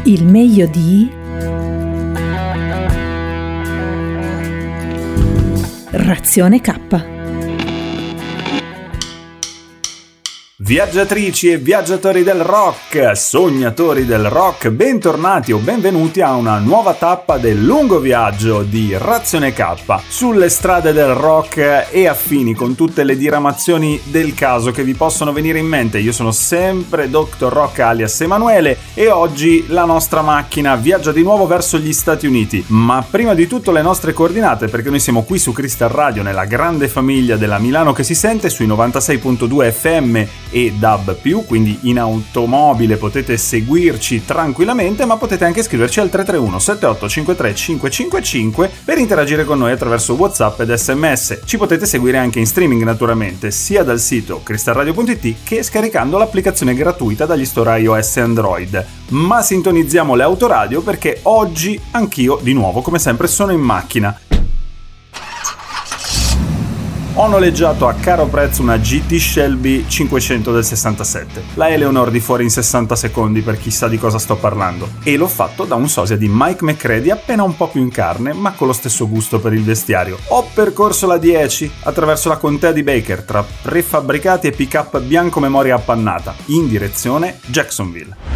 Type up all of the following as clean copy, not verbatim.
Il meglio di Razione K. Viaggiatrici e viaggiatori del rock, sognatori del rock, bentornati o benvenuti a una nuova tappa del lungo viaggio di Razione K sulle strade del rock e affini, con tutte le diramazioni del caso che vi possono venire in mente. Io sono sempre Dr. Rock alias Emanuele e oggi la nostra macchina viaggia di nuovo verso gli Stati Uniti. Ma prima di tutto le nostre coordinate, perché noi siamo qui su Crystal Radio nella grande famiglia della Milano che si sente sui 96.2 FM e DAB+, quindi in automobile potete seguirci tranquillamente, ma potete anche scriverci al 331 7853 555 per interagire con noi attraverso WhatsApp ed SMS. Ci potete seguire anche in streaming naturalmente, sia dal sito crystalradio.it che scaricando l'applicazione gratuita dagli store iOS e Android. Ma sintonizziamo le autoradio perché oggi anch'io di nuovo, come sempre, sono in macchina. Ho noleggiato a caro prezzo una GT Shelby 500 del 67, la Eleanor di fuori in 60 secondi per chi sa di cosa sto parlando, e l'ho fatto da un sosia di Mike McCready appena un po' più in carne ma con lo stesso gusto per il vestiario. Ho percorso la 10 attraverso la contea di Baker tra prefabbricati e pick-up bianco memoria appannata in direzione Jacksonville.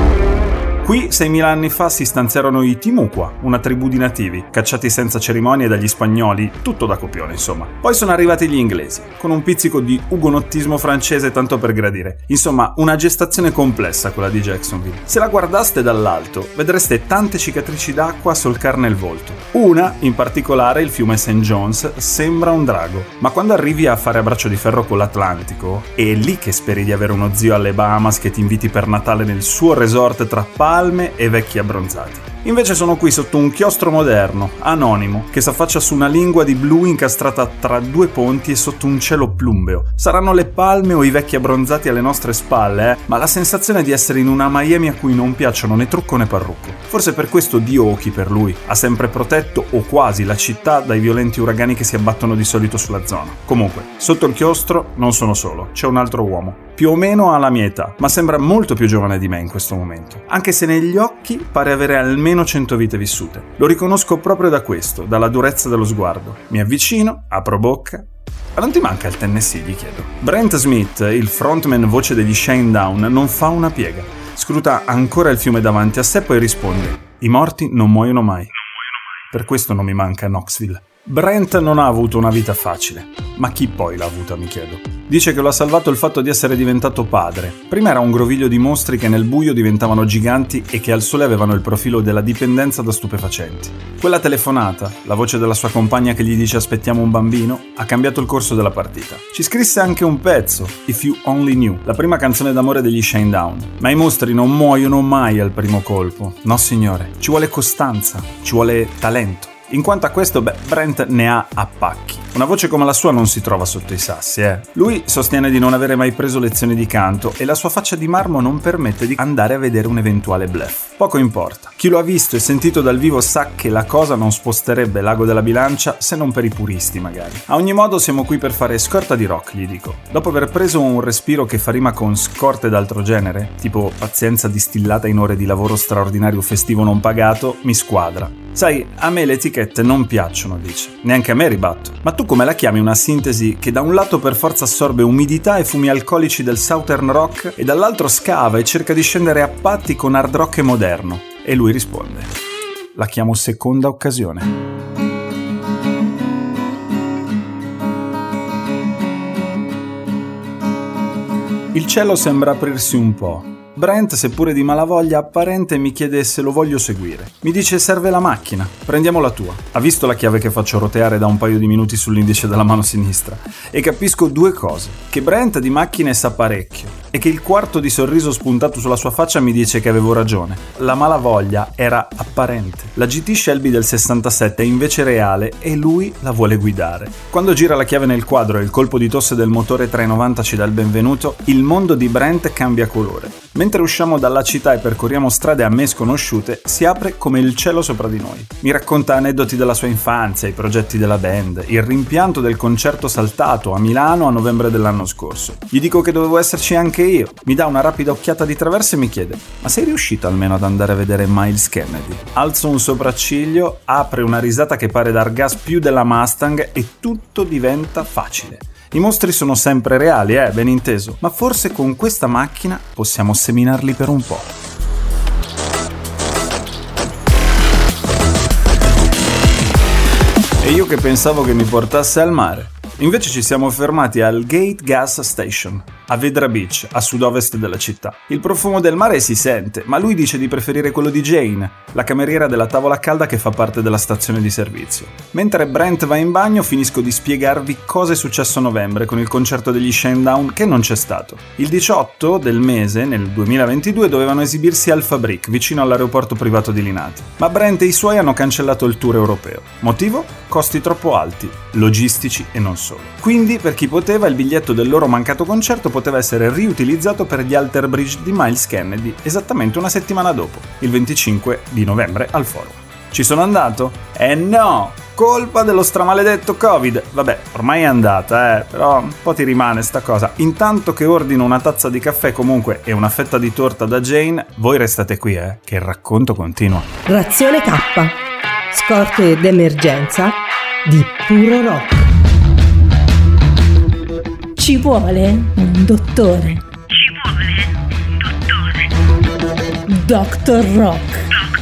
Qui 6.000 anni fa si stanziarono i Timucua, una tribù di nativi, cacciati senza cerimonie dagli spagnoli, tutto da copione insomma. Poi sono arrivati gli inglesi, con un pizzico di ugonottismo francese tanto per gradire. Insomma, una gestazione complessa quella di Jacksonville. Se la guardaste dall'alto, vedreste tante cicatrici d'acqua solcarne il volto. Una, in particolare, il fiume St. John's, sembra un drago. Ma quando arrivi a fare a braccio di ferro con l'Atlantico, è lì che speri di avere uno zio alle Bahamas che ti inviti per Natale nel suo resort tra palme e vecchi abbronzati. Invece sono qui sotto un chiostro moderno, anonimo, che s'affaccia su una lingua di blu incastrata tra due ponti e sotto un cielo plumbeo. Saranno le palme o i vecchi abbronzati alle nostre spalle, ma la sensazione è di essere in una Miami a cui non piacciono né trucco né parrucco. Forse per questo Dio o chi per lui ha sempre protetto, o quasi, la città dai violenti uragani che si abbattono di solito sulla zona. Comunque, sotto il chiostro non sono solo, c'è un altro uomo. Più o meno ha la mia età, ma sembra molto più giovane di me in questo momento. Anche se negli occhi pare avere almeno 100 vite vissute. Lo riconosco proprio da questo, dalla durezza dello sguardo. Mi avvicino, apro bocca. Ma non ti manca il Tennessee, gli chiedo. Brent Smith, il frontman voce degli Shinedown, non fa una piega. Scruta ancora il fiume davanti a sé, poi risponde: i morti non muoiono mai. Per questo non mi manca Knoxville. Brent non ha avuto una vita facile, ma chi poi l'ha avuta, mi chiedo. Dice che lo ha salvato il fatto di essere diventato padre. Prima era un groviglio di mostri che nel buio diventavano giganti e che al sole avevano il profilo della dipendenza da stupefacenti. Quella telefonata, la voce della sua compagna che gli dice aspettiamo un bambino, ha cambiato il corso della partita. Ci scrisse anche un pezzo, If You Only Knew, la prima canzone d'amore degli Shinedown. Ma i mostri non muoiono mai al primo colpo. No signore, ci vuole costanza, ci vuole talento. In quanto a questo, Brent ne ha a pacchi. Una voce come la sua non si trova sotto i sassi, Lui sostiene di non avere mai preso lezioni di canto e la sua faccia di marmo non permette di andare a vedere un eventuale bluff. Poco importa. Chi lo ha visto e sentito dal vivo sa che la cosa non sposterebbe l'ago della bilancia, se non per i puristi magari. A ogni modo siamo qui per fare scorta di rock, gli dico. Dopo aver preso un respiro che fa rima con scorte d'altro genere, tipo pazienza distillata in ore di lavoro straordinario festivo non pagato, mi squadra. Sai, a me le etichette non piacciono, dice. Neanche a me, ribatto. Ma tu come la chiami una sintesi che da un lato per forza assorbe umidità e fumi alcolici del Southern Rock e dall'altro scava e cerca di scendere a patti con hard rock e moderno? E lui risponde: la chiamo seconda occasione. Il cielo sembra aprirsi un po'. Brent, seppure di malavoglia apparente, mi chiede se lo voglio seguire. Mi dice serve la macchina, prendiamo la tua. Ha visto la chiave che faccio roteare da un paio di minuti sull'indice della mano sinistra. E capisco due cose: che Brent di macchine sa parecchio e che il quarto di sorriso spuntato sulla sua faccia mi dice che avevo ragione. La malavoglia era apparente. La GT Shelby del 67 è invece reale e lui la vuole guidare. Quando gira la chiave nel quadro e il colpo di tosse del motore 390 ci dà il benvenuto, il mondo di Brent cambia colore. Mentre usciamo dalla città e percorriamo strade a me sconosciute, si apre come il cielo sopra di noi. Mi racconta aneddoti della sua infanzia, i progetti della band, il rimpianto del concerto saltato a Milano a novembre dell'anno scorso. Gli dico che dovevo esserci anche io. Mi dà una rapida occhiata di traverso e mi chiede: ma sei riuscito almeno ad andare a vedere Myles Kennedy? Alzo un sopracciglio, apre una risata che pare dar gas più della Mustang e tutto diventa facile. I mostri sono sempre reali, ben inteso, ma forse con questa macchina possiamo seminarli per un po'. E io che pensavo che mi portasse al mare. Invece ci siamo fermati al Gate Gas Station, a Vedra Beach, a sud-ovest della città. Il profumo del mare si sente, ma lui dice di preferire quello di Jane, la cameriera della tavola calda che fa parte della stazione di servizio. Mentre Brent va in bagno, finisco di spiegarvi cosa è successo a novembre con il concerto degli Shinedown che non c'è stato. Il 18 del mese, nel 2022, dovevano esibirsi al Fabric, vicino all'aeroporto privato di Linate. Ma Brent e i suoi hanno cancellato il tour europeo. Motivo? Costi troppo alti, logistici e non solo. Quindi, per chi poteva, il biglietto del loro mancato concerto poteva essere riutilizzato per gli Alter Bridge di Myles Kennedy esattamente una settimana dopo, il 25 di novembre al Forum. Ci sono andato? No! Colpa dello stramaledetto Covid. Vabbè, ormai è andata, però un po' ti rimane sta cosa. Intanto che ordino una tazza di caffè comunque e una fetta di torta da Jane, voi restate qui, che il racconto continua. Razione K. Scorte d'emergenza di puro rock. Ci vuole un dottore. Dr. Rock.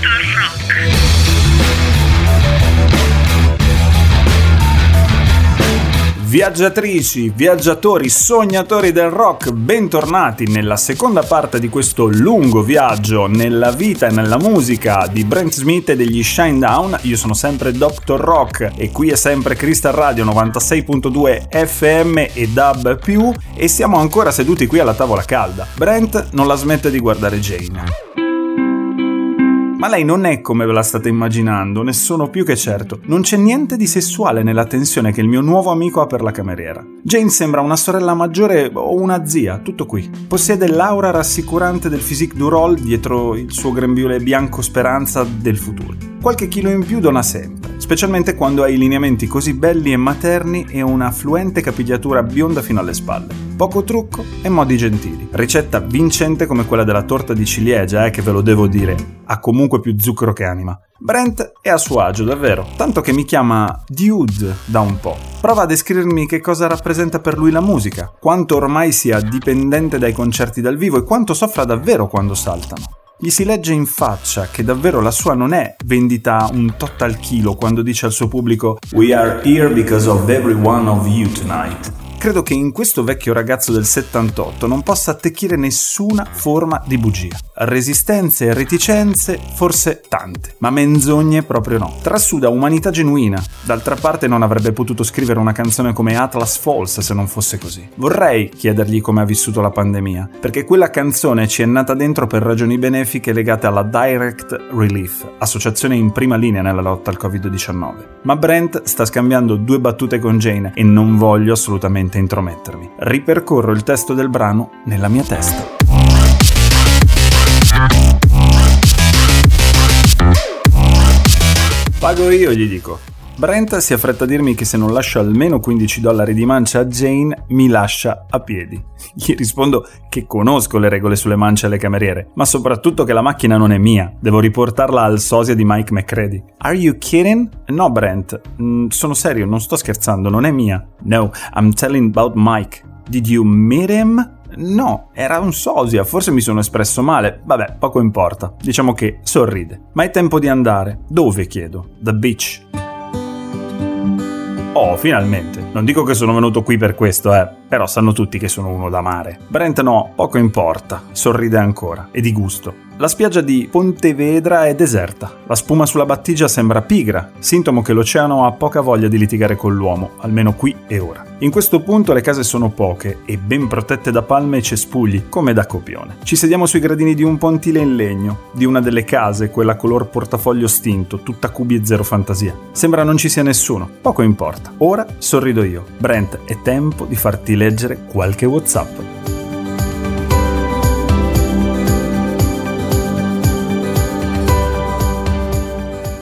Viaggiatrici, viaggiatori, sognatori del rock, bentornati nella seconda parte di questo lungo viaggio nella vita e nella musica di Brent Smith e degli Shinedown. Io sono sempre Dr. Rock e qui è sempre Crystal Radio 96.2 FM e DAB+, e siamo ancora seduti qui alla tavola calda. Brent non la smette di guardare Jane. Ma lei non è come ve la state immaginando, ne sono più che certo. Non c'è niente di sessuale nella tensione che il mio nuovo amico ha per la cameriera. Jane sembra una sorella maggiore o una zia, tutto qui. Possiede l'aura rassicurante del physique du rôle dietro il suo grembiule bianco speranza del futuro. Qualche chilo in più dona sempre, specialmente quando ha i lineamenti così belli e materni e una fluente capigliatura bionda fino alle spalle. Poco trucco e modi gentili. Ricetta vincente come quella della torta di ciliegia, che ve lo devo dire, ha comunque più zucchero che anima. Brent è a suo agio, davvero, tanto che mi chiama Dude da un po'. Prova a descrivermi che cosa rappresenta per lui la musica, quanto ormai sia dipendente dai concerti dal vivo e quanto soffra davvero quando saltano. Gli si legge in faccia che davvero la sua non è vendita un tot al chilo quando dice al suo pubblico "We are here because of every one of you tonight". Credo che in questo vecchio ragazzo del 78 non possa attecchire nessuna forma di bugia. Resistenze e reticenze forse tante, ma menzogne proprio no. Trasuda umanità genuina. D'altra parte non avrebbe potuto scrivere una canzone come Atlas Falls se non fosse così. Vorrei chiedergli come ha vissuto la pandemia, perché quella canzone ci è nata dentro per ragioni benefiche legate alla Direct Relief, associazione in prima linea nella lotta al Covid-19. Ma Brent sta scambiando due battute con Jane e non voglio assolutamente intromettermi. Ripercorro il testo del brano nella mia testa. Pago io, gli dico. Brent si affretta a dirmi che se non lascio almeno $15 di mancia a Jane, mi lascia a piedi. Gli rispondo che conosco le regole sulle mance alle cameriere, ma soprattutto che la macchina non è mia, devo riportarla al sosia di Mike McCready. Are you kidding? No, Brent, sono serio, non sto scherzando, non è mia. No, I'm telling about Mike. Did you meet him? No, era un sosia, forse mi sono espresso male. Vabbè, poco importa. Diciamo che sorride. Ma è tempo di andare. Dove, chiedo? The beach. Oh, finalmente. Non dico che sono venuto qui per questo, però sanno tutti che sono uno da mare. Brent no, poco importa. Sorride ancora, e di gusto. La spiaggia di Pontevedra è deserta. La spuma sulla battigia sembra pigra, sintomo che l'oceano ha poca voglia di litigare con l'uomo, almeno qui e ora. In questo punto le case sono poche e ben protette da palme e cespugli, come da copione. Ci sediamo sui gradini di un pontile in legno, di una delle case, quella color portafoglio stinto, tutta cubi e zero fantasia. Sembra non ci sia nessuno, poco importa. Ora sorrido io. Brent, è tempo di farti leggere qualche WhatsApp.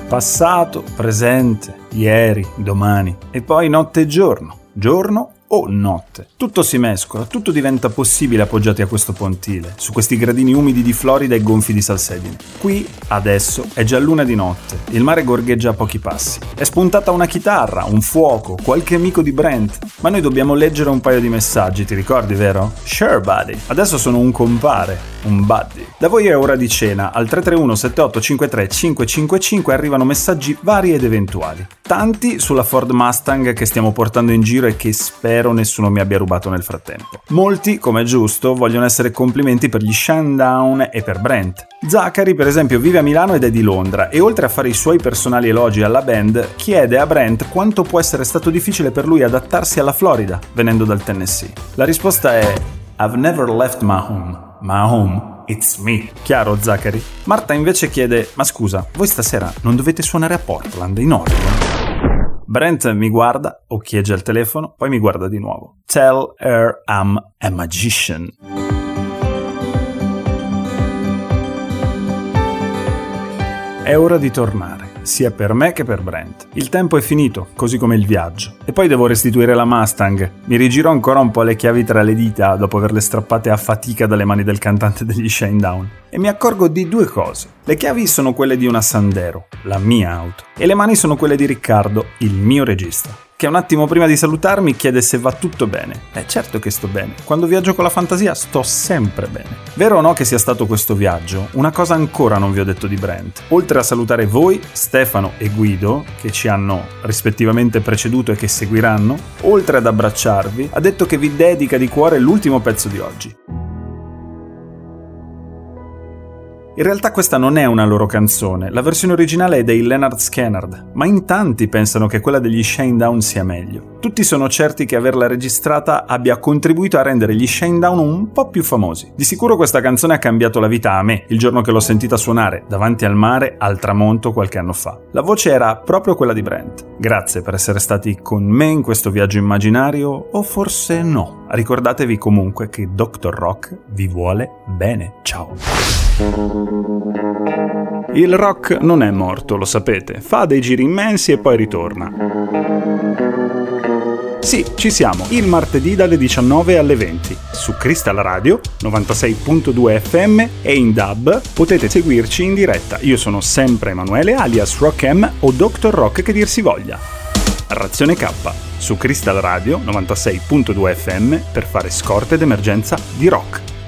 Passato, presente, ieri, domani e poi notte e giorno. Giorno o notte. Tutto si mescola, tutto diventa possibile appoggiati a questo pontile, su questi gradini umidi di Florida e gonfi di salsedine. Qui, adesso, è già luna di notte, il mare gorgheggia a pochi passi. È spuntata una chitarra, un fuoco, qualche amico di Brent. Ma noi dobbiamo leggere un paio di messaggi, ti ricordi, vero? Sure, buddy. Adesso sono un compare, un buddy. Da voi è ora di cena, al 331 7853 555 arrivano messaggi vari ed eventuali. Tanti sulla Ford Mustang che stiamo portando in giro e che spero nessuno mi abbia rubato nel frattempo. Molti, come è giusto, vogliono essere complimenti per gli Shinedown e per Brent. Zachary, per esempio, vive a Milano ed è di Londra e oltre a fare i suoi personali elogi alla band, chiede a Brent quanto può essere stato difficile per lui adattarsi alla Florida, venendo dal Tennessee. La risposta è I've never left my home. My home, it's me. Chiaro, Zachary? Marta invece chiede ma scusa, voi stasera non dovete suonare a Portland, in Oregon? Brent mi guarda, occhieggia il telefono, poi mi guarda di nuovo. Tell her I'm a magician. È ora di tornare, sia per me che per Brent. Il tempo è finito, così come il viaggio. E poi devo restituire la Mustang. Mi rigiro ancora un po' le chiavi tra le dita dopo averle strappate a fatica dalle mani del cantante degli Shinedown. E mi accorgo di due cose. Le chiavi sono quelle di una Sandero, la mia auto. E le mani sono quelle di Riccardo, il mio regista, che un attimo prima di salutarmi chiede se va tutto bene. Certo che sto bene. Quando viaggio con la fantasia sto sempre bene. Vero o no che sia stato questo viaggio? Una cosa ancora non vi ho detto di Brent. Oltre a salutare voi, Stefano e Guido, che ci hanno rispettivamente preceduto e che seguiranno, oltre ad abbracciarvi, ha detto che vi dedica di cuore l'ultimo pezzo di oggi. In realtà questa non è una loro canzone, la versione originale è dei Lynyrd Skynyrd, ma in tanti pensano che quella degli Shinedown sia meglio. Tutti sono certi che averla registrata abbia contribuito a rendere gli Shinedown un po' più famosi. Di sicuro questa canzone ha cambiato la vita a me, il giorno che l'ho sentita suonare davanti al mare al tramonto qualche anno fa. La voce era proprio quella di Brent. Grazie per essere stati con me in questo viaggio immaginario, o forse no. Ricordatevi comunque che Dr. Rock vi vuole bene. Ciao! Il rock non è morto, lo sapete, fa dei giri immensi e poi ritorna. Sì, ci siamo, il martedì dalle 19 alle 20, su Crystal Radio 96.2 FM e in DAB potete seguirci in diretta. Io sono sempre Emanuele alias Rock M o Dr. Rock che dir si voglia. Razione K, su Crystal Radio 96.2 FM per fare scorte d'emergenza di rock.